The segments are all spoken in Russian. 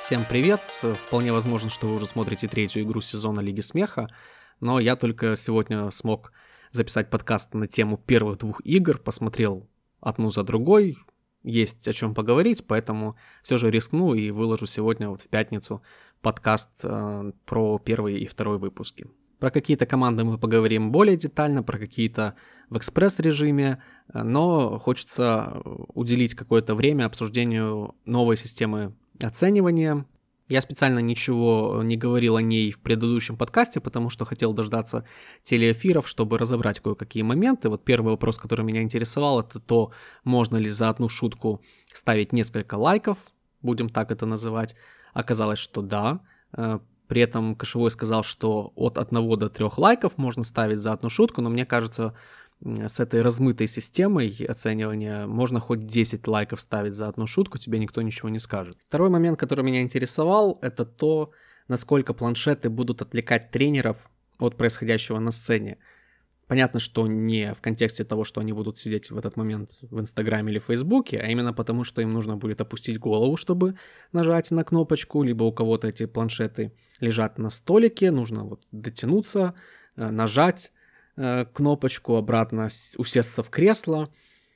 Всем привет! Вполне возможно, что вы уже смотрите третью игру сезона Лиги Смеха, но я только сегодня смог записать подкаст на тему первых двух игр, посмотрел одну за другой, есть о чем поговорить, поэтому все же рискну и выложу сегодня в пятницу подкаст про первый и второй выпуски. Про какие-то команды мы поговорим более детально, про какие-то в экспресс-режиме, но хочется уделить какое-то время обсуждению новой системы оценивания. Я специально ничего не говорил о ней в предыдущем подкасте, потому что хотел дождаться телеэфиров, чтобы разобрать кое-какие моменты. Вот первый вопрос, который меня интересовал, это то, можно ли за одну шутку ставить несколько лайков, будем так это называть. Оказалось, что да. При этом Кошевой сказал, что от 1 до 3 лайков можно ставить за одну шутку, но мне кажется, с этой размытой системой оценивания можно хоть 10 лайков ставить за одну шутку, тебе никто ничего не скажет. Второй момент, который меня интересовал, это то, насколько планшеты будут отвлекать тренеров от происходящего на сцене. Понятно, что не в контексте того, что они будут сидеть в этот момент в Инстаграме или Фейсбуке, а именно потому, что им нужно будет опустить голову, чтобы нажать на кнопочку, либо у кого-то эти планшеты лежат на столике, нужно вот дотянуться, нажать кнопочку, обратно усесться в кресло,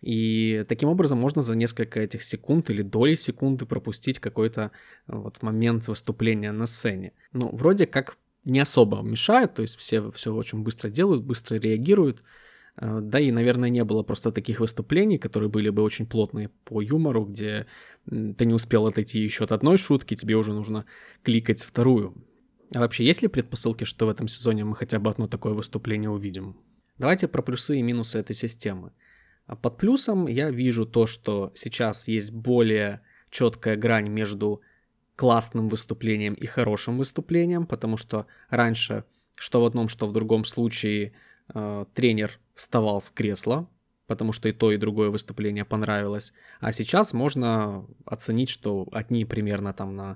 и таким образом можно за несколько этих секунд или доли секунды пропустить какой-то вот момент выступления на сцене. Ну, вроде как не особо мешает, то есть все очень быстро делают, быстро реагируют, да и, наверное, не было просто таких выступлений, которые были бы очень плотные по юмору, где ты не успел отойти еще от одной шутки, тебе уже нужно кликать вторую. А вообще, есть ли предпосылки, что в этом сезоне мы хотя бы одно такое выступление увидим? Давайте про плюсы и минусы этой системы. Под плюсом я вижу то, что сейчас есть более четкая грань между классным выступлением и хорошим выступлением, потому что раньше, что в одном, что в другом случае, тренер вставал с кресла, потому что и то, и другое выступление понравилось. А сейчас можно оценить, что одни примерно там на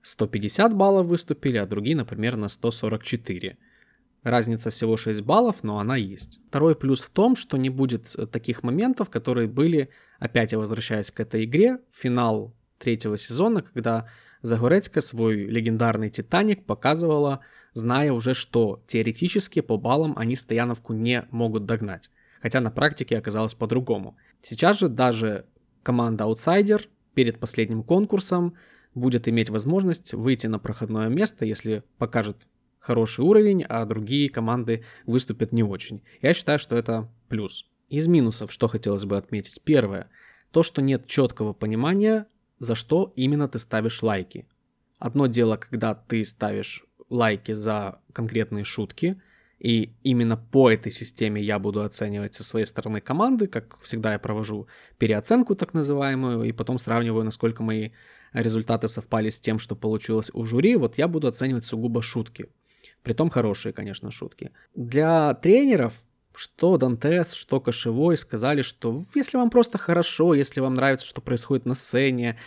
150 баллов выступили, а другие, например, на 144. Разница всего 6 баллов, но она есть. Второй плюс в том, что не будет таких моментов, которые были, опять я возвращаюсь к этой игре, финал третьего сезона, когда Загорецкая свой легендарный «Титаник» показывала, зная уже, что теоретически по баллам они Стояновку не могут догнать. Хотя на практике оказалось по-другому. Сейчас же даже команда-аутсайдер перед последним конкурсом будет иметь возможность выйти на проходное место, если покажет хороший уровень, а другие команды выступят не очень. Я считаю, что это плюс. Из минусов, что хотелось бы отметить. Первое. То, что нет четкого понимания, за что именно ты ставишь лайки. Одно дело, когда ты ставишь лайки за конкретные шутки, и именно по этой системе я буду оценивать со своей стороны команды, как всегда я провожу переоценку так называемую, и потом сравниваю, насколько мои результаты совпали с тем, что получилось у жюри. Вот я буду оценивать сугубо шутки. Притом хорошие, конечно, шутки. Для тренеров, что Дантес, что Кошевой сказали, что если вам просто хорошо, если вам нравится, что происходит на сцене,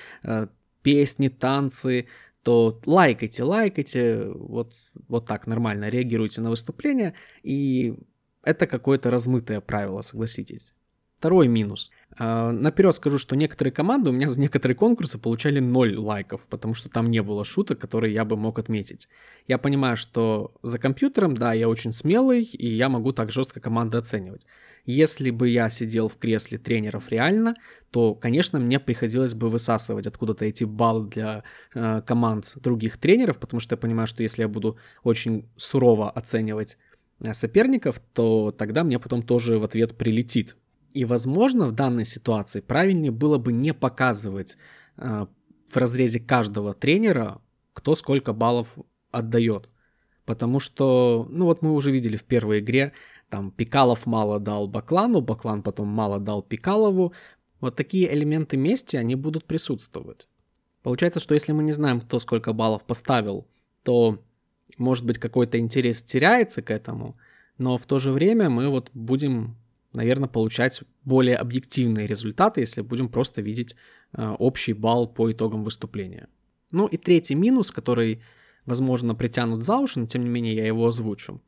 песни, танцы, то лайкайте, вот так нормально реагируйте на выступление, и это какое-то размытое правило, согласитесь. Второй минус. Наперед скажу, что некоторые команды у меня за некоторые конкурсы получали 0 лайков, потому что там не было шуток, которые я бы мог отметить. Я понимаю, что за компьютером, да, я очень смелый, и я могу так жестко команды оценивать. Если бы я сидел в кресле тренеров реально, то, конечно, мне приходилось бы высасывать откуда-то эти баллы для команд других тренеров, потому что я понимаю, что если я буду очень сурово оценивать соперников, то тогда мне потом тоже в ответ прилетит. И, возможно, в данной ситуации правильнее было бы не показывать в разрезе каждого тренера, кто сколько баллов отдает. Потому что, ну вот мы уже видели в первой игре, там Пикалов мало дал Баклану, Баклан потом мало дал Пикалову. Вот такие элементы мести, они будут присутствовать. Получается, что если мы не знаем, кто сколько баллов поставил, то, может быть, какой-то интерес теряется к этому, но в то же время мы вот будем, наверное, получать более объективные результаты, если будем просто видеть общий балл по итогам выступления. Ну и третий минус, который, возможно, притянут за уши, но тем не менее я его озвучу,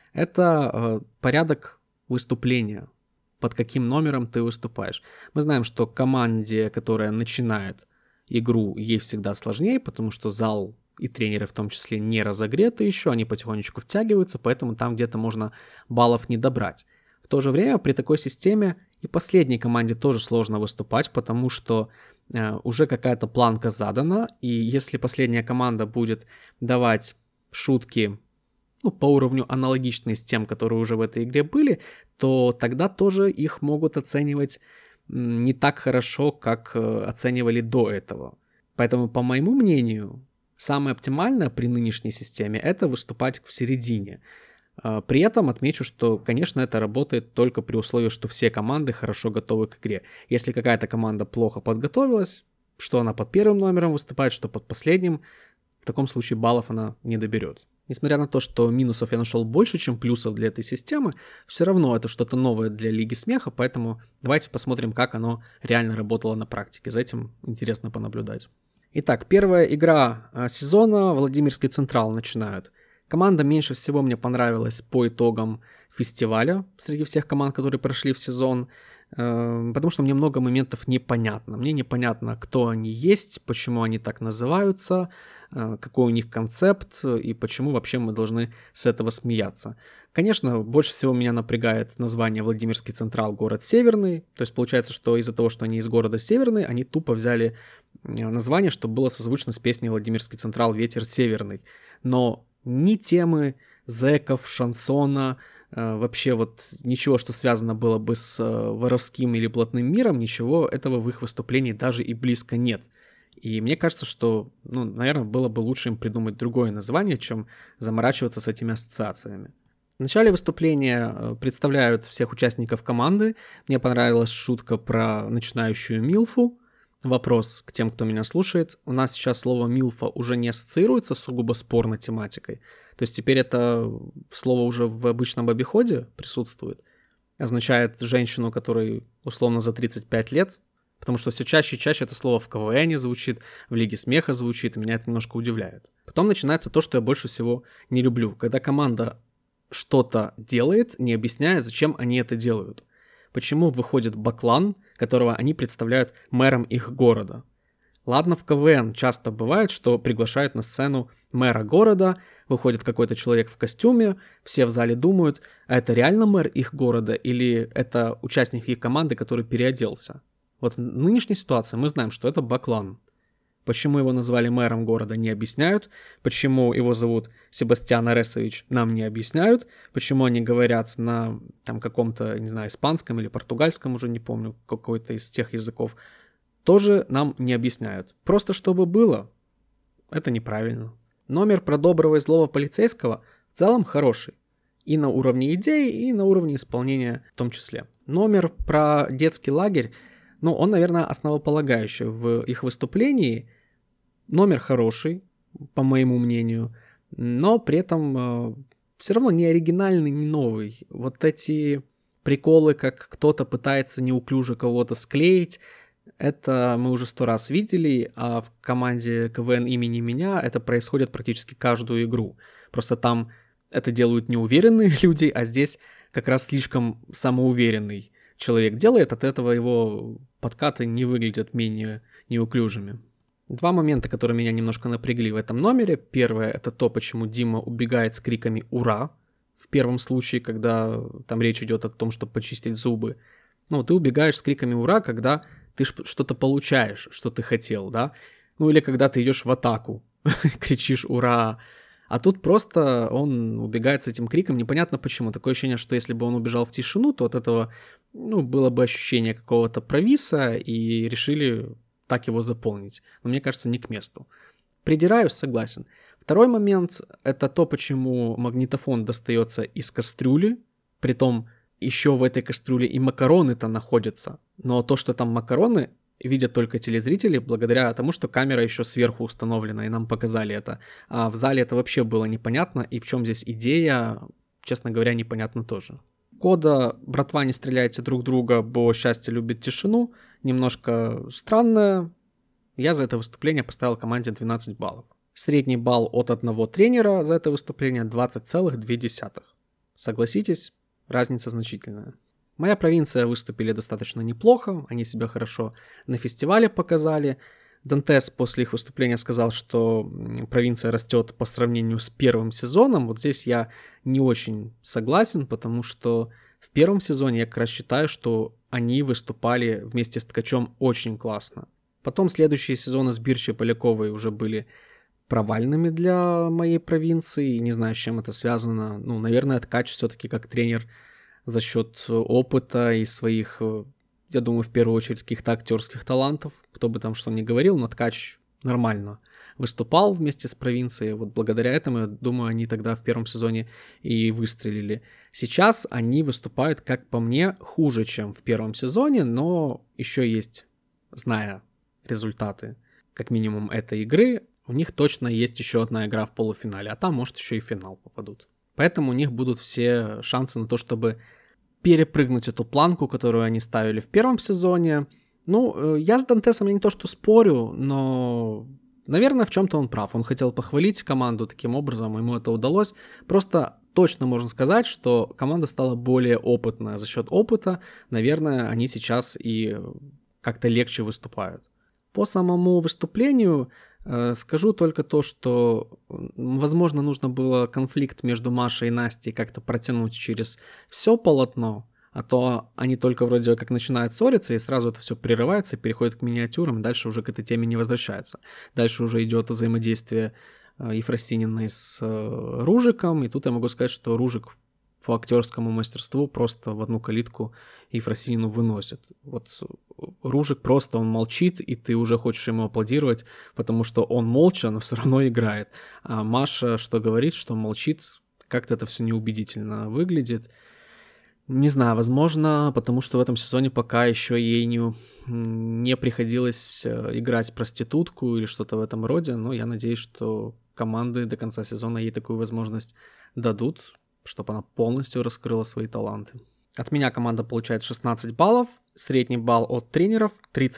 это порядок выступления, под каким номером ты выступаешь. Мы знаем, что команде, которая начинает игру ей всегда сложнее, потому что зал и тренеры в том числе не разогреты еще, они потихонечку втягиваются, поэтому там где-то можно баллов не добрать. В то же время при такой системе и последней команде тоже сложно выступать, потому что уже какая-то планка задана, и если последняя команда будет давать шутки по уровню аналогичные с тем, которые уже в этой игре были, то тогда тоже их могут оценивать не так хорошо, как оценивали до этого. Поэтому, по моему мнению, самое оптимальное при нынешней системе — это выступать в середине. При этом отмечу, что, конечно, это работает только при условии, что все команды хорошо готовы к игре. Если какая-то команда плохо подготовилась, что она под первым номером выступает, что под последним, в таком случае баллов она не доберет. Несмотря на то, что минусов я нашел больше, чем плюсов для этой системы, все равно это что-то новое для Лиги Смеха, поэтому давайте посмотрим, как оно реально работало на практике. За этим интересно понаблюдать. Итак, первая игра сезона. Владимирский Централ начинают. Команда меньше всего мне понравилась по итогам фестиваля среди всех команд, которые прошли в сезон, потому что мне много моментов непонятно. Мне непонятно, кто они есть, почему они так называются, какой у них концепт и почему вообще мы должны с этого смеяться. Конечно, больше всего меня напрягает название Владимирский Централ, город Северный. То есть получается, что из-за того, что они из города Северный, они тупо взяли название, чтобы было созвучно с песней Владимирский Централ «Ветер северный». Но ни темы зэков, шансона, вообще вот ничего, что связано было бы с воровским или блатным миром, ничего этого в их выступлении даже и близко нет. И мне кажется, что, наверное, было бы лучше им придумать другое название, чем заморачиваться с этими ассоциациями. В начале выступления представляют всех участников команды. Мне понравилась шутка про начинающую Милфу. Вопрос к тем, кто меня слушает. У нас сейчас слово «милфа» уже не ассоциируется с сугубо спорной тематикой. То есть теперь это слово уже в обычном обиходе присутствует. Означает женщину, которой условно за 35 лет. Потому что все чаще и чаще это слово в КВН звучит, в Лиге Смеха звучит, и меня это немножко удивляет. Потом начинается то, что я больше всего не люблю. Когда команда что-то делает, не объясняя, зачем они это делают. Почему выходит Баклан, которого они представляют мэром их города. Ладно, в КВН часто бывает, что приглашают на сцену мэра города, выходит какой-то человек в костюме, все в зале думают, а это реально мэр их города или это участник их команды, который переоделся. Вот в нынешней ситуации мы знаем, что это Баклан. Почему его назвали мэром города, не объясняют. Почему его зовут Себастьян Аресович, нам не объясняют. Почему они говорят на каком-то, не знаю, испанском или португальском, уже не помню, какой-то из тех языков, тоже нам не объясняют. Просто чтобы было. Это неправильно. Номер про доброго и злого полицейского в целом хороший. И на уровне идей, и на уровне исполнения в том числе. Номер про детский лагерь, он, наверное, основополагающий в их выступлении. Номер хороший, по моему мнению, но при этом все равно не оригинальный, не новый. Вот эти приколы, как кто-то пытается неуклюже кого-то склеить, это мы уже 100 раз видели, а в команде КВН имени меня это происходит практически каждую игру. Просто там это делают неуверенные люди, а здесь как раз слишком самоуверенный человек делает, от этого его подкаты не выглядят менее неуклюжими. Два момента, которые меня немножко напрягли в этом номере. Первое — это то, почему Дима убегает с криками «Ура!» в первом случае, когда там речь идет о том, чтобы почистить зубы. Ты убегаешь с криками «Ура!», когда ты что-то получаешь, что ты хотел, да? Или когда ты идешь в атаку, кричишь «Ура!». А тут просто он убегает с этим криком, непонятно почему. Такое ощущение, что если бы он убежал в тишину, то от этого было бы ощущение какого-то провиса, и решили так его заполнить. Но мне кажется, не к месту. Придираюсь, согласен. Второй момент — это то, почему магнитофон достается из кастрюли, притом еще в этой кастрюле и макароны-то находятся. Но то, что там макароны, видят только телезрители благодаря тому, что камера еще сверху установлена, и нам показали это. А в зале это вообще было непонятно, и в чем здесь идея, честно говоря, непонятно тоже. Кода «Братва, не стреляйте друг друга, бо счастье любит тишину» немножко странная. Я за это выступление поставил команде 12 баллов. Средний балл от одного тренера за это выступление 20,2. Согласитесь, разница значительная. Моя провинция выступили достаточно неплохо, они себя хорошо на фестивале показали, Дантес после их выступления сказал, что провинция растет по сравнению с первым сезоном. Вот здесь я не очень согласен, потому что в первом сезоне я как раз считаю, что они выступали вместе с Ткачом очень классно. Потом следующие сезоны с Бирчей и Поляковой уже были провальными для моей провинции. Не знаю, с чем это связано. Ну, наверное, Ткач все-таки как тренер за счет опыта и своих, я думаю, в первую очередь, каких-то актерских талантов. Кто бы там что ни говорил, но Ткач нормально выступал вместе с провинцией. Вот благодаря этому, я думаю, они тогда в первом сезоне и выстрелили. Сейчас они выступают, как по мне, хуже, чем в первом сезоне, но еще есть, зная результаты, как минимум, этой игры, у них точно есть еще одна игра в полуфинале, а там, может, еще и в финал попадут. Поэтому у них будут все шансы на то, чтобы перепрыгнуть эту планку, которую они ставили в первом сезоне. Ну, я с Дантесом не то что спорю, но, наверное, в чем-то он прав. Он хотел похвалить команду таким образом, ему это удалось. Просто точно можно сказать, что команда стала более опытная. За счет опыта, наверное, они сейчас и как-то легче выступают. По самому выступлению скажу только то, что, возможно, нужно было конфликт между Машей и Настей как-то протянуть через все полотно, а то они только вроде как начинают ссориться, и сразу это все прерывается, переходит к миниатюрам, и дальше уже к этой теме не возвращается. Дальше уже идет взаимодействие Ефросининой с Ружиком, и тут я могу сказать, что Ружик по актерскому мастерству просто в одну калитку Ефросинину выносит. Вот Ружик просто, он молчит, и ты уже хочешь ему аплодировать, потому что он молча, но все равно играет. А Маша что говорит, что молчит, как-то это все неубедительно выглядит. Не знаю, возможно, потому что в этом сезоне пока еще ей не приходилось играть проститутку или что-то в этом роде, но я надеюсь, что команды до конца сезона ей такую возможность дадут, чтобы она полностью раскрыла свои таланты. От меня команда получает 16 баллов, средний балл от тренеров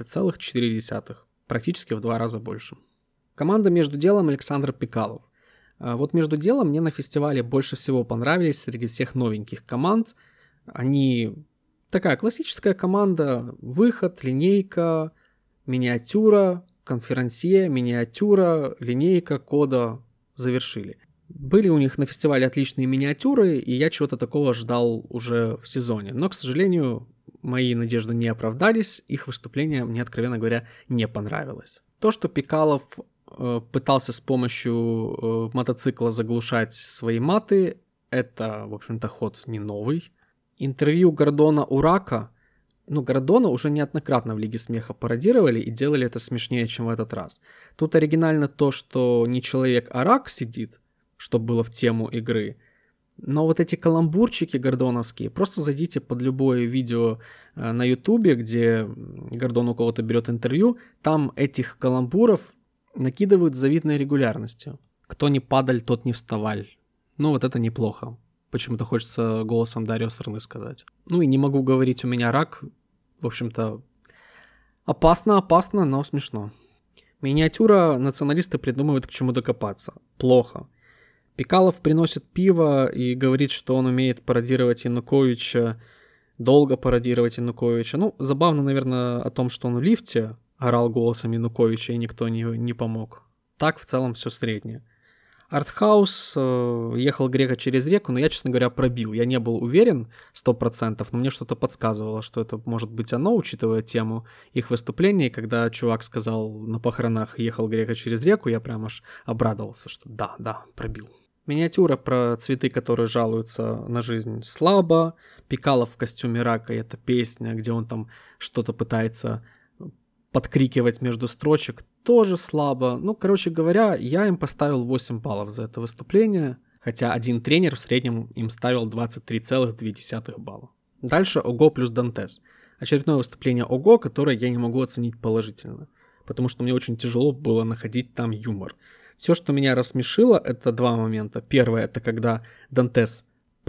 30,4, практически в 2 раза больше. Команда «Между делом» Александр Пикалов. Вот «Между делом» мне на фестивале больше всего понравились среди всех новеньких команд. Они такая классическая команда: выход, линейка, миниатюра, конферансье, миниатюра, линейка, кода, завершили. Были у них на фестивале отличные миниатюры, и я чего-то такого ждал уже в сезоне. Но, к сожалению, мои надежды не оправдались, их выступление мне, откровенно говоря, не понравилось. То, что Пикалов пытался с помощью мотоцикла заглушать свои маты, это, в общем-то, ход не новый. Интервью Гордона Урака, Гордона уже неоднократно в Лиге Смеха пародировали и делали это смешнее, чем в этот раз. Тут оригинально то, что не человек, а рак сидит, что было в тему игры. Но вот эти каламбурчики гордоновские, просто зайдите под любое видео на ютубе, где Гордон у кого-то берет интервью, там этих каламбуров накидывают с завидной регулярностью. Кто не падаль, тот не вставаль. Вот это неплохо. Почему-то хочется голосом Дарио Сарны сказать. И не могу говорить, у меня рак. В общем-то, опасно, но смешно. Миниатюра националисты придумывают, к чему докопаться. Плохо. Пикалов приносит пиво и говорит, что он умеет пародировать Януковича, долго пародировать Януковича. Забавно, наверное, о том, что он в лифте орал голосом Януковича, и никто не помог. Так, в целом, все среднее. Артхаус, ехал Грека через реку, но я, честно говоря, пробил. Я не был уверен 100%, но мне что-то подсказывало, что это может быть оно, учитывая тему их выступлений. Когда чувак сказал на похоронах «ехал Грека через реку», я прям аж обрадовался, что да, пробил. Миниатюра про цветы, которые жалуются на жизнь, слабо. Пикалов в костюме рака, и эта песня, где он там что-то пытается подкрикивать между строчек, тоже слабо. Короче говоря, я им поставил 8 баллов за это выступление, хотя один тренер в среднем им ставил 23,2 балла. Дальше ОГО плюс Дантес. Очередное выступление ОГО, которое я не могу оценить положительно, потому что мне очень тяжело было находить там юмор. Все, что меня рассмешило, это два момента. Первое, это когда Дантес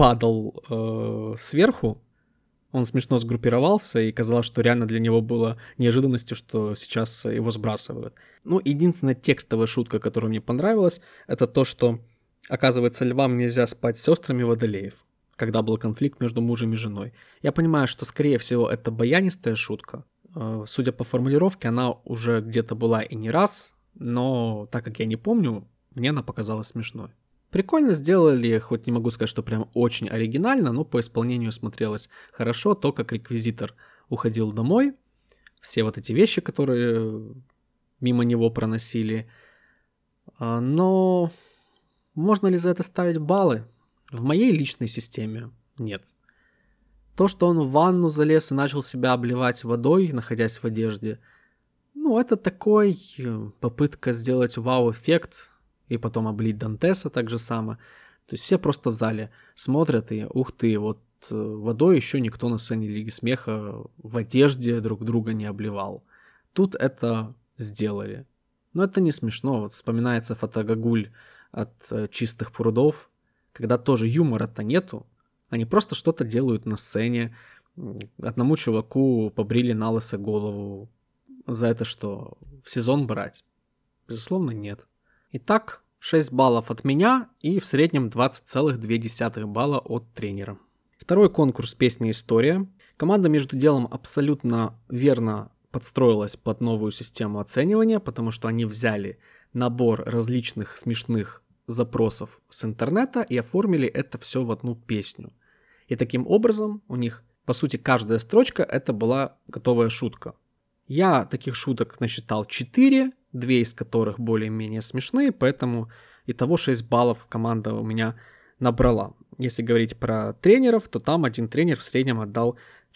падал сверху, он смешно сгруппировался, и казалось, что реально для него было неожиданностью, что сейчас его сбрасывают. Единственная текстовая шутка, которая мне понравилась, это то, что, оказывается, львам нельзя спать с сестрами Водолеев, когда был конфликт между мужем и женой. Я понимаю, что, скорее всего, это баянистая шутка, Судя по формулировке, она уже где-то была и не раз, но так как я не помню, мне она показалась смешной. Прикольно сделали, хоть не могу сказать, что прям очень оригинально, но по исполнению смотрелось хорошо. То, как реквизитор уходил домой, все вот эти вещи, которые мимо него проносили. Но можно ли за это ставить баллы? В моей личной системе нет. То, что он в ванну залез и начал себя обливать водой, находясь в одежде, это такой попытка сделать вау-эффект и потом облить Дантеса так же само. То есть все просто в зале смотрят и ух ты, вот водой еще никто на сцене Лиги Смеха в одежде друг друга не обливал. Тут это сделали. Но это не смешно. Вот вспоминается фотогагуль от чистых прудов, когда тоже юмора-то нету. Они просто что-то делают на сцене. Одному чуваку побрили на лысо голову. За это что, в сезон брать? Безусловно, нет. Итак, 6 баллов от меня и в среднем 20,2 балла от тренера. Второй конкурс «Песня История». Команда между делом абсолютно верно подстроилась под новую систему оценивания, потому что они взяли набор различных смешных запросов с интернета и оформили это все в одну песню. И таким образом у них, по сути, каждая строчка это была готовая шутка. Я таких шуток насчитал 4, 2 из которых более-менее смешные, поэтому итого 6 баллов команда у меня набрала. Если говорить про тренеров, то там один тренер в среднем отдал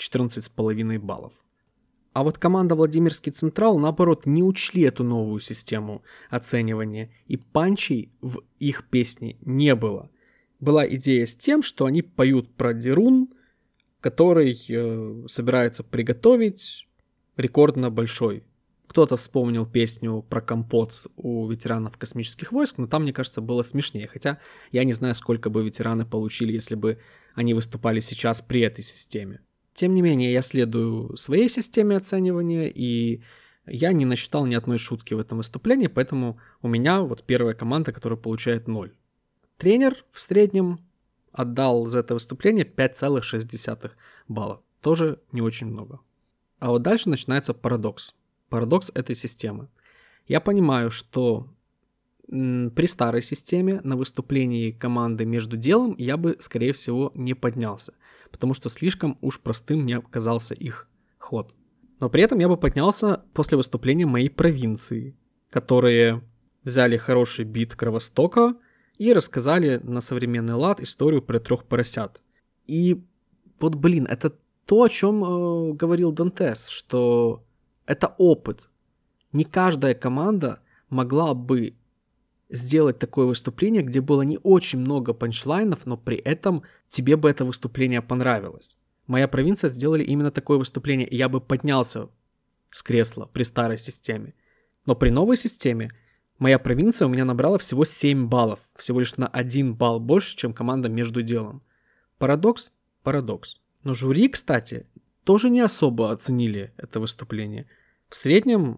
14,5 баллов. А вот команда Владимирский Централ, наоборот, не учли эту новую систему оценивания, и панчей в их песне не было. Была идея с тем, что они поют про дерун, который собирается приготовить рекордно большой. Кто-то вспомнил песню про компот у ветеранов космических войск, но там, мне кажется, было смешнее. Хотя я не знаю, сколько бы ветераны получили, если бы они выступали сейчас при этой системе. Тем не менее, я следую своей системе оценивания, и я не насчитал ни одной шутки в этом выступлении, поэтому у меня вот первая команда, которая получает 0. Тренер в среднем отдал за это выступление 5,6 балла. Тоже не очень много. А вот дальше начинается парадокс. Парадокс этой системы. Я понимаю, что при старой системе на выступлении команды между делом я бы, скорее всего, не поднялся, потому что слишком уж простым мне оказался их ход. Но при этом я бы поднялся после выступления моей провинции, которые взяли хороший бит Кровостока и рассказали на современный лад историю про 3 поросят. И вот, это то, о чем говорил Дантес, что это опыт. Не каждая команда могла бы сделать такое выступление, где было не очень много панчлайнов, но при этом тебе бы это выступление понравилось. Моя провинция сделали именно такое выступление, и я бы поднялся с кресла при старой системе. Но при новой системе моя провинция у меня набрала всего 7 баллов, всего лишь на 1 балл больше, чем команда между делом. Парадокс? Парадокс. Но жюри, кстати, тоже не особо оценили это выступление. В среднем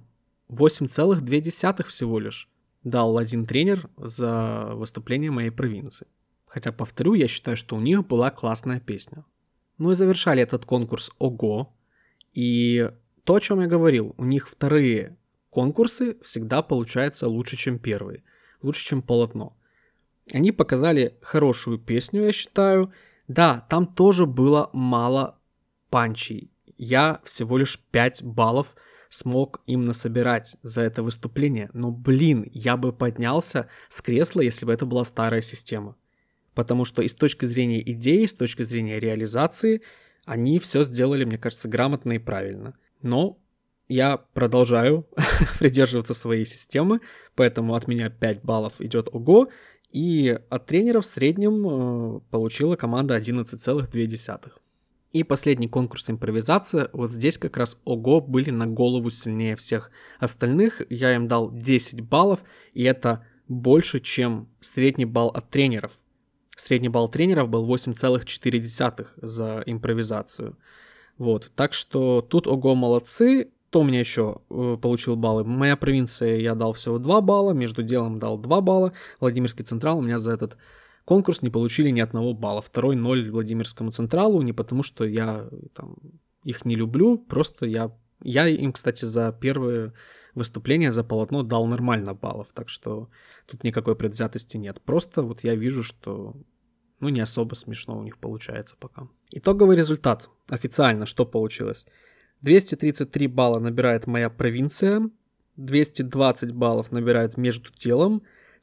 8,2 всего лишь дал один тренер за выступление моей провинции. Хотя, повторю, я считаю, что у них была классная песня. Ну и завершали этот конкурс Ого. И то, о чем я говорил, у них вторые конкурсы всегда получаются лучше, чем первые. Лучше, чем полотно. Они показали хорошую песню, я считаю. Да, там тоже было мало панчей. Я всего лишь 5 баллов смог им насобирать за это выступление. Но, я бы поднялся с кресла, если бы это была старая система. Потому что и с точки зрения идеи, с точки зрения реализации, они все сделали, мне кажется, грамотно и правильно. Но я продолжаю придерживаться своей системы, поэтому от меня 5 баллов идет Ого, и от тренера в среднем получила команда 11,2. И последний конкурс импровизация. Вот здесь как раз Ого были на голову сильнее всех остальных. Я им дал 10 баллов, и это больше, чем средний балл от тренеров. Средний балл тренеров был 8,4 за импровизацию. Вот, так что тут Ого молодцы. Кто у меня еще получил баллы? Моя провинция я дал всего 2 балла, между делом дал 2 балла. Владимирский Централ у меня за этот конкурс не получили ни 1 балла. Второй 0 Владимирскому Централу, не потому что я их не люблю, просто я Я им, кстати, за первое выступление, за полотно дал нормально баллов, так что тут никакой предвзятости нет. Просто вот я вижу, что не особо смешно у них получается пока. Итоговый результат. Официально что получилось? 233 балла набирает «Моя провинция», 220 баллов набирает «Между делом»,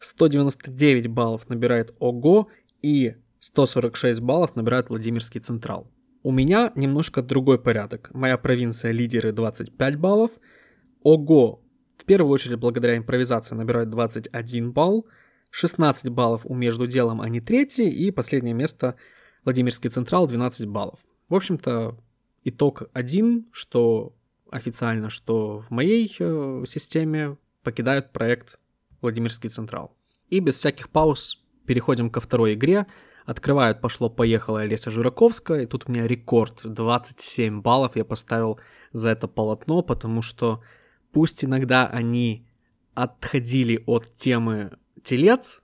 199 баллов набирает «Ого» и 146 баллов набирает «Владимирский Централ». У меня немножко другой порядок. «Моя провинция» лидеры 25 баллов, «Ого» в первую очередь благодаря импровизации набирает 21 балл, 16 баллов у «Между делом», они третьи, и последнее место Владимирский Централ 12 баллов. В общем-то, итог один, что официально, что в моей системе покидают проект Владимирский Централ. И без всяких пауз переходим ко второй игре. Открывают «Пошло-поехало» Олеся Жураковская, и тут у меня рекорд, 27 баллов я поставил за это полотно, потому что пусть иногда они отходили от темы телец,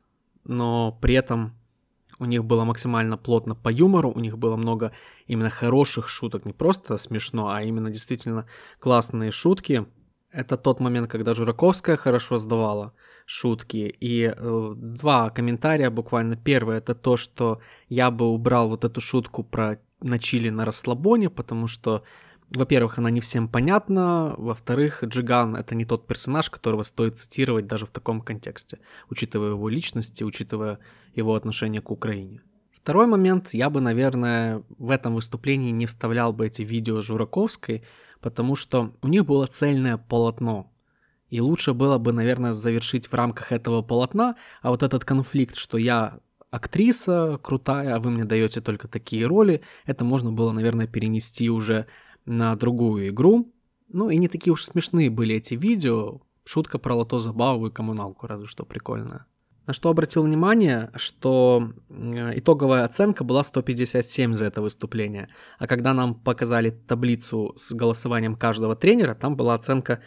но при этом у них было максимально плотно по юмору, у них было много именно хороших шуток, не просто смешно, а именно действительно классные шутки. Это тот момент, когда Жураковская хорошо сдавала шутки. И два комментария буквально. Первый — это то, что я бы убрал вот эту шутку про «на чили на расслабоне», потому что, во-первых, она не всем понятна, во-вторых, Джиган — это не тот персонаж, которого стоит цитировать даже в таком контексте, учитывая его личности, учитывая его отношение к Украине. Второй момент, я бы, наверное, в этом выступлении не вставлял бы эти видео Жураковской, потому что у них было цельное полотно, и лучше было бы, наверное, завершить в рамках этого полотна, а вот этот конфликт, что я актриса крутая, а вы мне даете только такие роли, это можно было, наверное, перенести уже на другую игру. И не такие уж смешные были эти видео. Шутка про лото забаву и коммуналку, разве что прикольная. На что обратил внимание, что итоговая оценка была 157 за это выступление. А когда нам показали таблицу с голосованием каждого тренера, там была оценка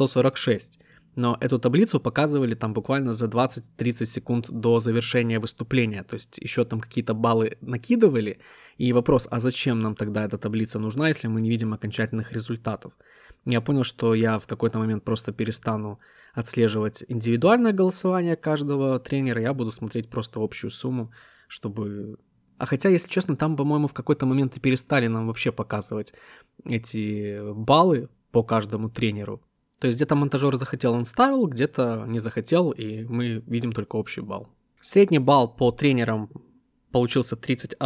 146. Но эту таблицу показывали там буквально за 20-30 секунд до завершения выступления. То есть еще там какие-то баллы накидывали. И вопрос, а зачем нам тогда эта таблица нужна, если мы не видим окончательных результатов? Я понял, что я в какой-то момент просто перестану отслеживать индивидуальное голосование каждого тренера, я буду смотреть просто общую сумму, чтобы... А хотя, если честно, там, по-моему, в какой-то момент и перестали нам вообще показывать эти баллы по каждому тренеру. То есть где-то монтажер захотел, он ставил, где-то не захотел, и мы видим только общий балл. Средний балл по тренерам получился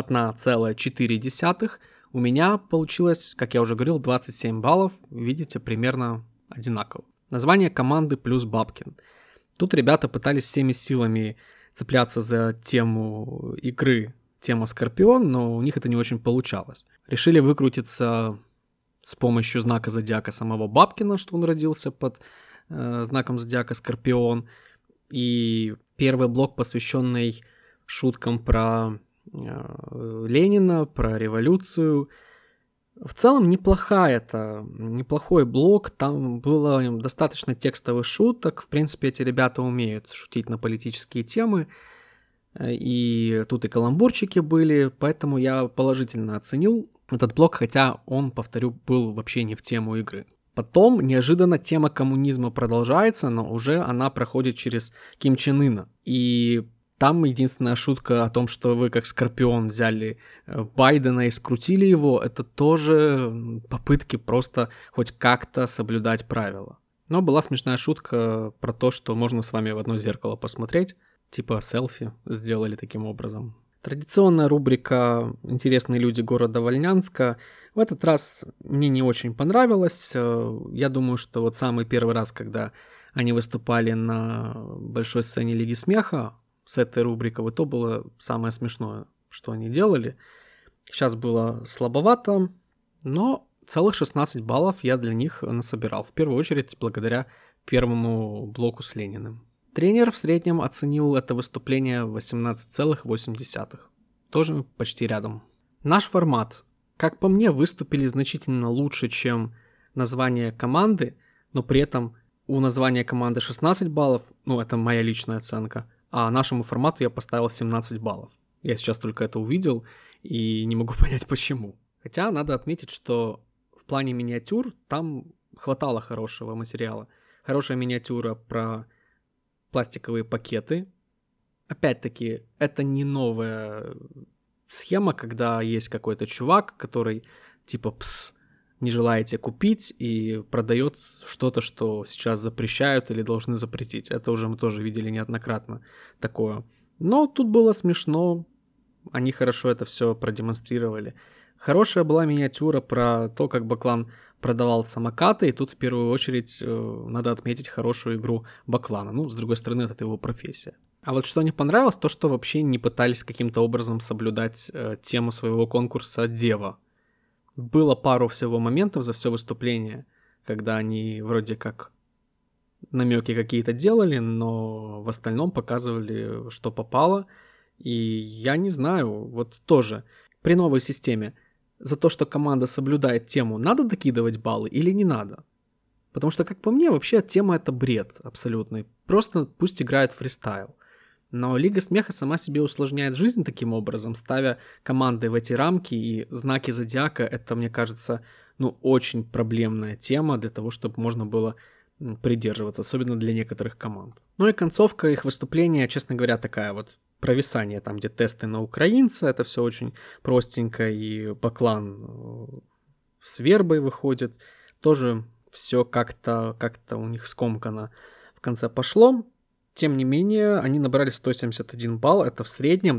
31,4. У меня получилось, как я уже говорил, 27 баллов. Видите, примерно одинаково. Название команды плюс Бабкин. Тут ребята пытались всеми силами цепляться за тему игры, тема Скорпион, но у них это не очень получалось. Решили выкрутиться с помощью знака зодиака самого Бабкина, что он родился под знаком зодиака Скорпион. И первый блок, посвященный шуткам про Ленина, про революцию. В целом неплохой блок, там было достаточно текстовых шуток, в принципе эти ребята умеют шутить на политические темы, и тут и каламбурчики были, поэтому я положительно оценил этот блок, хотя он, повторю, был вообще не в тему игры. Потом неожиданно тема коммунизма продолжается, но уже она проходит через Ким Чен Ына, и там единственная шутка о том, что вы как Скорпион взяли Байдена и скрутили его, это тоже попытки просто хоть как-то соблюдать правила. Но была смешная шутка про то, что можно с вами в одно зеркало посмотреть, типа селфи сделали таким образом. Традиционная рубрика «Интересные люди города Вольнянска» в этот раз мне не очень понравилась. Я думаю, что вот самый первый раз, когда они выступали на большой сцене Лиги Смеха, с этой рубрикой, вот то было самое смешное, что они делали. Сейчас было слабовато, но целых 16 баллов я для них насобирал. В первую очередь благодаря первому блоку с Лениным. Тренер в среднем оценил это выступление 18,8. Тоже почти рядом. Наш формат, как по мне, выступили значительно лучше, чем название команды, но при этом у названия команды 16 баллов, это моя личная оценка, а нашему формату я поставил 17 баллов. Я сейчас только это увидел и не могу понять почему. Хотя надо отметить, что в плане миниатюр там хватало хорошего материала. Хорошая миниатюра про пластиковые пакеты. Опять-таки, это не новая схема, когда есть какой-то чувак, который типа «пс, не желаете купить» и продает что-то, что сейчас запрещают или должны запретить. Это уже мы тоже видели неоднократно такое. Но тут было смешно, они хорошо это все продемонстрировали. Хорошая была миниатюра про то, как Баклан продавал самокаты, и тут в первую очередь надо отметить хорошую игру Баклана. Ну, с другой стороны, это его профессия. А вот что мне понравилось, то, что вообще не пытались каким-то образом соблюдать тему своего конкурса «Дева». Было пару всего моментов за все выступление, когда они вроде как намеки какие-то делали, но в остальном показывали, что попало. И я не знаю, вот тоже при новой системе за то, что команда соблюдает тему, надо докидывать баллы или не надо? Потому что, как по мне, вообще тема это бред абсолютный. Просто пусть играет фристайл. Но Лига Смеха сама себе усложняет жизнь таким образом, ставя команды в эти рамки, и знаки зодиака это, мне кажется, очень проблемная тема для того, чтобы можно было придерживаться, особенно для некоторых команд. Ну и концовка их выступления, честно говоря, такая вот провисание, там где тесты на украинца, это все очень простенько, и Баклан с вербой выходит, тоже все как-то у них скомкано в конце пошло. Тем не менее, они набрали 171 балл, это в среднем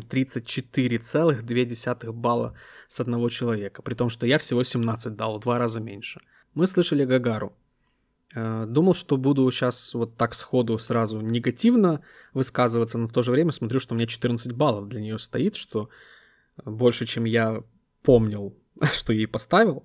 34,2 балла с одного человека, при том, что я всего 17 дал, в 2 раза меньше. Мы слышали Гагару. Думал, что буду сейчас вот так сходу сразу негативно высказываться, но в то же время смотрю, что у меня 14 баллов для нее стоит, что больше, чем я помнил, что ей поставил.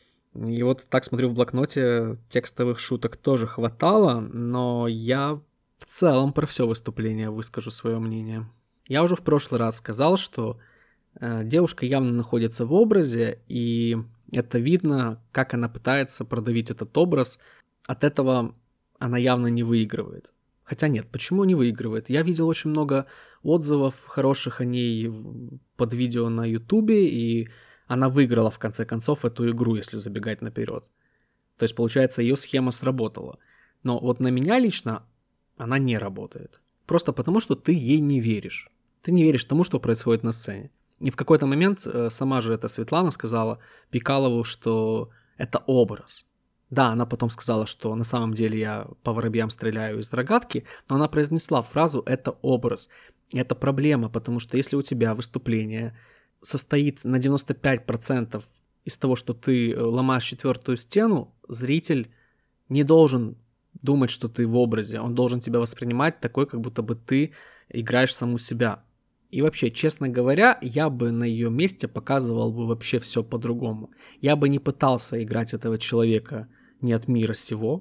И вот так смотрю в блокноте, текстовых шуток тоже хватало, но я в целом про все выступление выскажу свое мнение. Я уже в прошлый раз сказал, что девушка явно находится в образе, и это видно, как она пытается продавить этот образ. От этого она явно не выигрывает. Хотя нет, почему не выигрывает? Я видел очень много отзывов хороших о ней под видео на Ютубе, и она выиграла в конце концов эту игру, если забегать наперед. То есть, получается, ее схема сработала. Но вот на меня лично она не работает. Просто потому, что ты ей не веришь. Ты не веришь тому, что происходит на сцене. И в какой-то момент сама же эта Светлана сказала Пикалову, что это образ. Да, она потом сказала, что на самом деле я по воробьям стреляю из рогатки, но она произнесла фразу «это образ». И это проблема, потому что если у тебя выступление состоит на 95% из того, что ты ломаешь четвертую стену, зритель не должен думать, что ты в образе. Он должен тебя воспринимать такой, как будто бы ты играешь саму себя. И вообще, честно говоря, я бы на ее месте показывал бы вообще все по-другому. Я бы не пытался играть этого человека не от мира сего.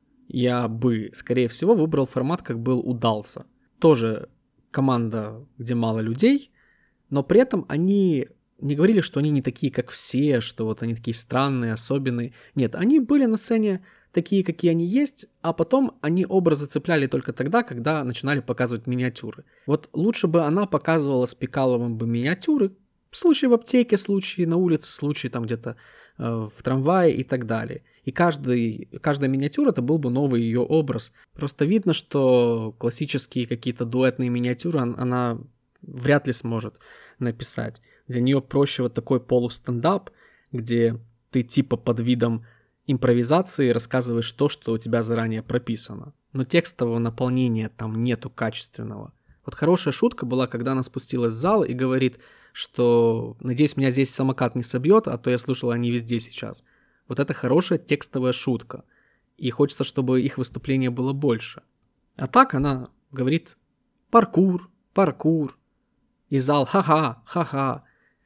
Я бы, скорее всего, выбрал формат, как был «Удался». Тоже команда, где мало людей, но при этом они не говорили, что они не такие, как все, что вот они такие странные, особенные. Нет, они были на сцене такие, какие они есть, а потом они образы цепляли только тогда, когда начинали показывать миниатюры. Вот лучше бы она показывала с Пикаловым бы миниатюры, случаи в аптеке, случаи на улице, случаи там где-то в трамвае и так далее. И каждая миниатюра это был бы новый ее образ. Просто видно, что классические какие-то дуэтные миниатюры она вряд ли сможет написать. Для нее проще вот такой полустендап, где ты типа под видом импровизации рассказываешь то, что у тебя заранее прописано. Но текстового наполнения там нету качественного. Вот хорошая шутка была, когда она спустилась в зал и говорит, что «надеюсь, меня здесь самокат не собьет, а то я слышала, они везде сейчас». Вот это хорошая текстовая шутка. И хочется, чтобы их выступление было больше. А так она говорит «паркур, паркур». И зал «ха-ха, ха-ха».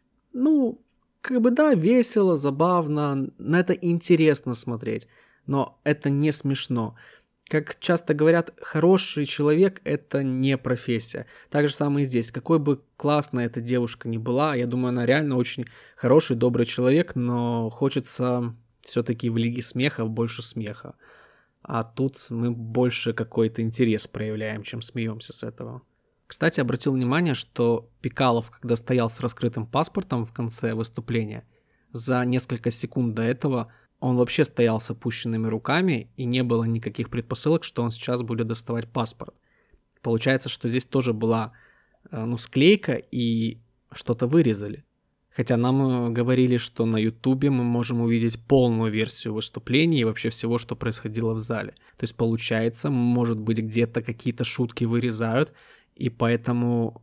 Ну, как бы да, весело, забавно, на это интересно смотреть, но это не смешно. Как часто говорят, хороший человек – это не профессия. Так же самое и здесь. Какой бы классная эта девушка ни была, я думаю, она реально очень хороший, добрый человек, но хочется все-таки в Лиге Смеха больше смеха. А тут мы больше какой-то интерес проявляем, чем смеемся с этого. Кстати, обратил внимание, что Пикалов, когда стоял с раскрытым паспортом в конце выступления, за несколько секунд до этого он вообще стоял с опущенными руками, и не было никаких предпосылок, что он сейчас будет доставать паспорт. Получается, что здесь тоже была склейка, и что-то вырезали. Хотя нам говорили, что на Ютубе мы можем увидеть полную версию выступления и вообще всего, что происходило в зале. То есть получается, может быть, где-то какие-то шутки вырезают, и поэтому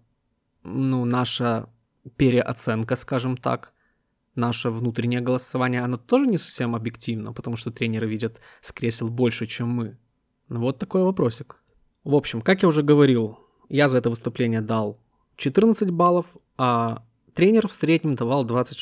наша переоценка, скажем так, наше внутреннее голосование, оно тоже не совсем объективно, потому что тренеры видят с кресел больше, чем мы. Вот такой вопросик. В общем, как я уже говорил, я за это выступление дал 14 баллов, а тренер в среднем давал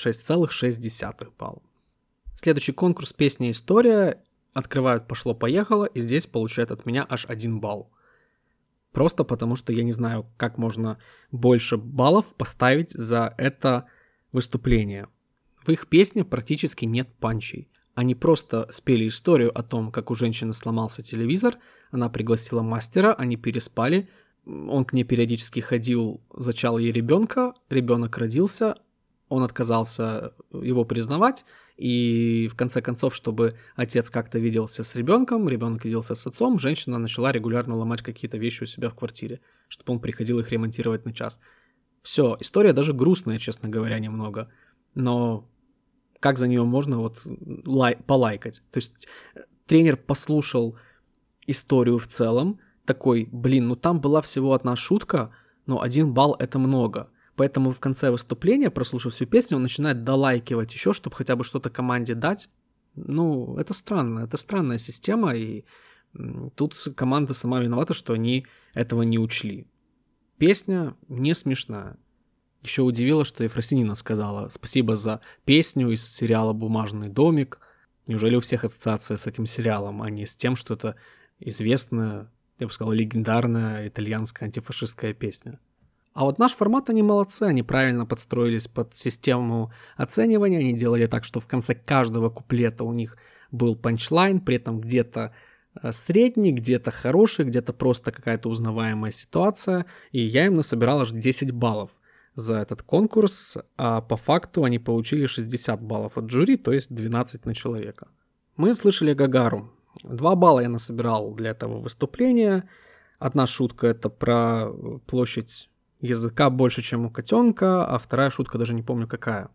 26,6 балла. Следующий конкурс «Песня история». Открывают «Пошло-поехало», и здесь получают от меня аж 1 балл. Просто потому, что я не знаю, как можно больше баллов поставить за это выступление. В их песне практически нет панчей. Они просто спели историю о том, как у женщины сломался телевизор, она пригласила мастера, они переспали, он к ней периодически ходил, зачал ей ребенка, ребенок родился, он отказался его признавать, и в конце концов, чтобы отец как-то виделся с ребенком, ребенок виделся с отцом, женщина начала регулярно ломать какие-то вещи у себя в квартире, чтобы он приходил их ремонтировать на час. Все, история даже грустная, честно говоря, немного, но как за нее можно полайкать? То есть тренер послушал историю в целом, такой, там была всего одна шутка, но 1 балл это много. Поэтому в конце выступления, прослушав всю песню, он начинает долайкивать еще, чтобы хотя бы что-то команде дать. Это странно, это странная система, и тут команда сама виновата, что они этого не учли. Песня не смешная. Еще удивило, что Ефросиньина сказала спасибо за песню из сериала «Бумажный домик». Неужели у всех ассоциация с этим сериалом, а не с тем, что это известная, я бы сказал, легендарная итальянская антифашистская песня? А вот наш формат, они молодцы, они правильно подстроились под систему оценивания, они делали так, что в конце каждого куплета у них был панчлайн, при этом где-то средний, где-то хороший, где-то просто какая-то узнаваемая ситуация, и я им насобирал аж 10 баллов за этот конкурс, а по факту они получили 60 баллов от жюри, то есть 12 на человека. Мы слышали Гагару. 2 балла я насобирал для этого выступления. Одна шутка — это про площадь языка больше, чем у котенка, а вторая шутка даже не помню какая.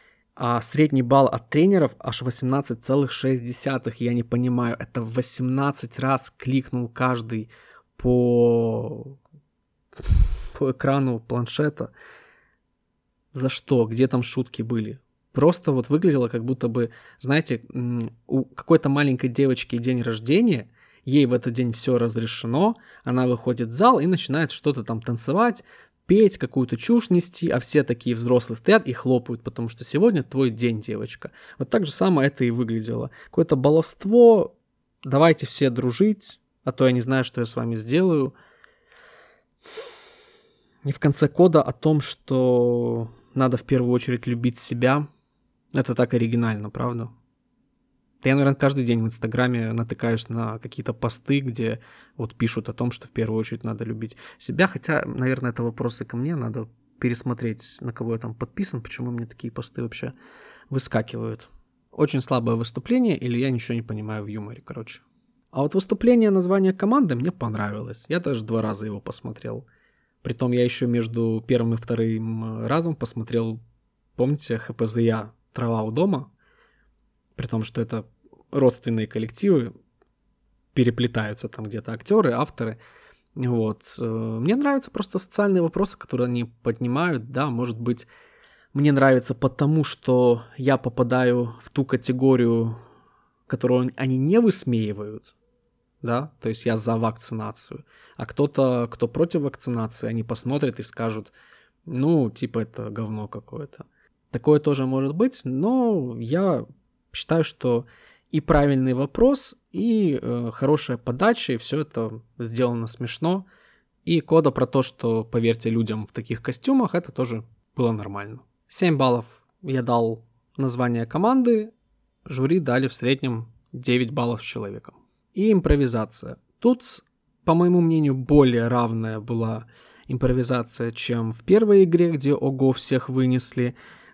А средний балл от тренеров аж 18,6. Я не понимаю, это 18 раз кликнул каждый по экрану планшета. За что? Где там шутки были? Просто выглядело, как будто бы, знаете, у какой-то маленькой девочки день рождения, ей в этот день все разрешено, она выходит в зал и начинает что-то там танцевать, петь, какую-то чушь нести, а все такие взрослые стоят и хлопают, потому что сегодня твой день, девочка. Вот так же самое это и выглядело. Какое-то баловство, давайте все дружить, а то я не знаю, что я с вами сделаю. И в конце кода о том, что надо в первую очередь любить себя. Это так оригинально, правда? Я, наверное, каждый день в Инстаграме натыкаюсь на какие-то посты, где пишут о том, что в первую очередь надо любить себя. Хотя, наверное, это вопросы ко мне. Надо пересмотреть, на кого я там подписан, почему мне такие посты вообще выскакивают. Очень слабое выступление, или я ничего не понимаю в юморе, короче. А выступление названия команды мне понравилось. Я даже 2 раза его посмотрел. Притом я еще между первым и вторым разом посмотрел, помните, ХПЗЯ «Трава у дома», при том, что это родственные коллективы, переплетаются там где-то актеры, авторы. Мне нравятся просто социальные вопросы, которые они поднимают, да, может быть, мне нравится потому, что я попадаю в ту категорию, которую они не высмеивают, да, то есть я за вакцинацию, а кто-то, кто против вакцинации, они посмотрят и скажут, это говно какое-то. Такое тоже может быть, но я считаю, что и правильный вопрос, и хорошая подача, и все это сделано смешно. И кода про то, что, поверьте, людям в таких костюмах, это тоже было нормально. 7 баллов я дал название команды, жюри дали в среднем 9 баллов человеком. И импровизация. Тут, по моему мнению, более равная была импровизация, чем в первой игре, где ого всех вынесли.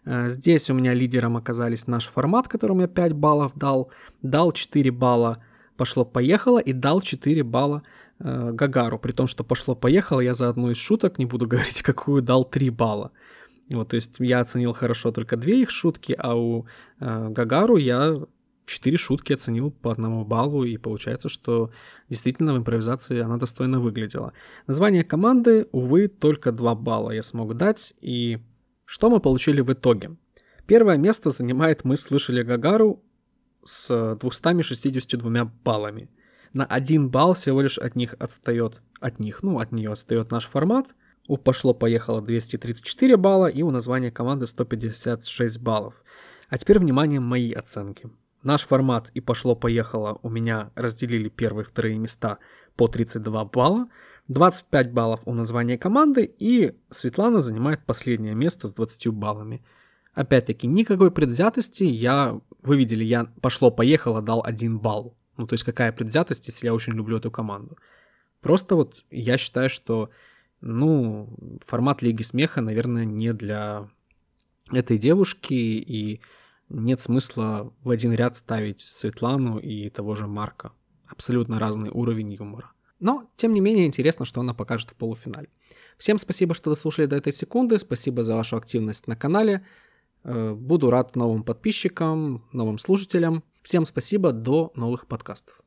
Здесь у меня лидером оказались наш формат, которому я 5 баллов дал 4 балла «Пошло-поехало» и дал 4 балла Гагару, при том, что «Пошло-поехало» я за одну из шуток, не буду говорить какую, дал 3 балла. Вот, то есть я оценил хорошо только 2 их шутки, а у Гагару я 4 шутки оценил по 1 баллу, и получается, что действительно в импровизации она достойно выглядела. Название команды, увы, только 2 балла я смог дать, и что мы получили в итоге? Первое место занимает «Мы слышали Гагару» с 262 баллами. На 1 балл всего лишь от нее отстает наш формат. У «Пошло-поехало» 234 балла и у названия команды 156 баллов. А теперь, внимание, мои оценки. Наш формат и «Пошло-поехало» у меня разделили первые и вторые места по 32 балла. 25 баллов у названия команды, и Светлана занимает последнее место с 20 баллами. Опять-таки, никакой предвзятости, вы видели, я «Пошло-поехало» дал 1 балл. Ну, то есть какая предвзятость, если я очень люблю эту команду. Просто вот я считаю, что, формат Лиги Смеха, наверное, не для этой девушки, и нет смысла в один ряд ставить Светлану и того же Марка. Абсолютно разный уровень юмора. Но, тем не менее, интересно, что она покажет в полуфинале. Всем спасибо, что дослушали до этой секунды. Спасибо за вашу активность на канале. Буду рад новым подписчикам, новым слушателям. Всем спасибо, до новых подкастов.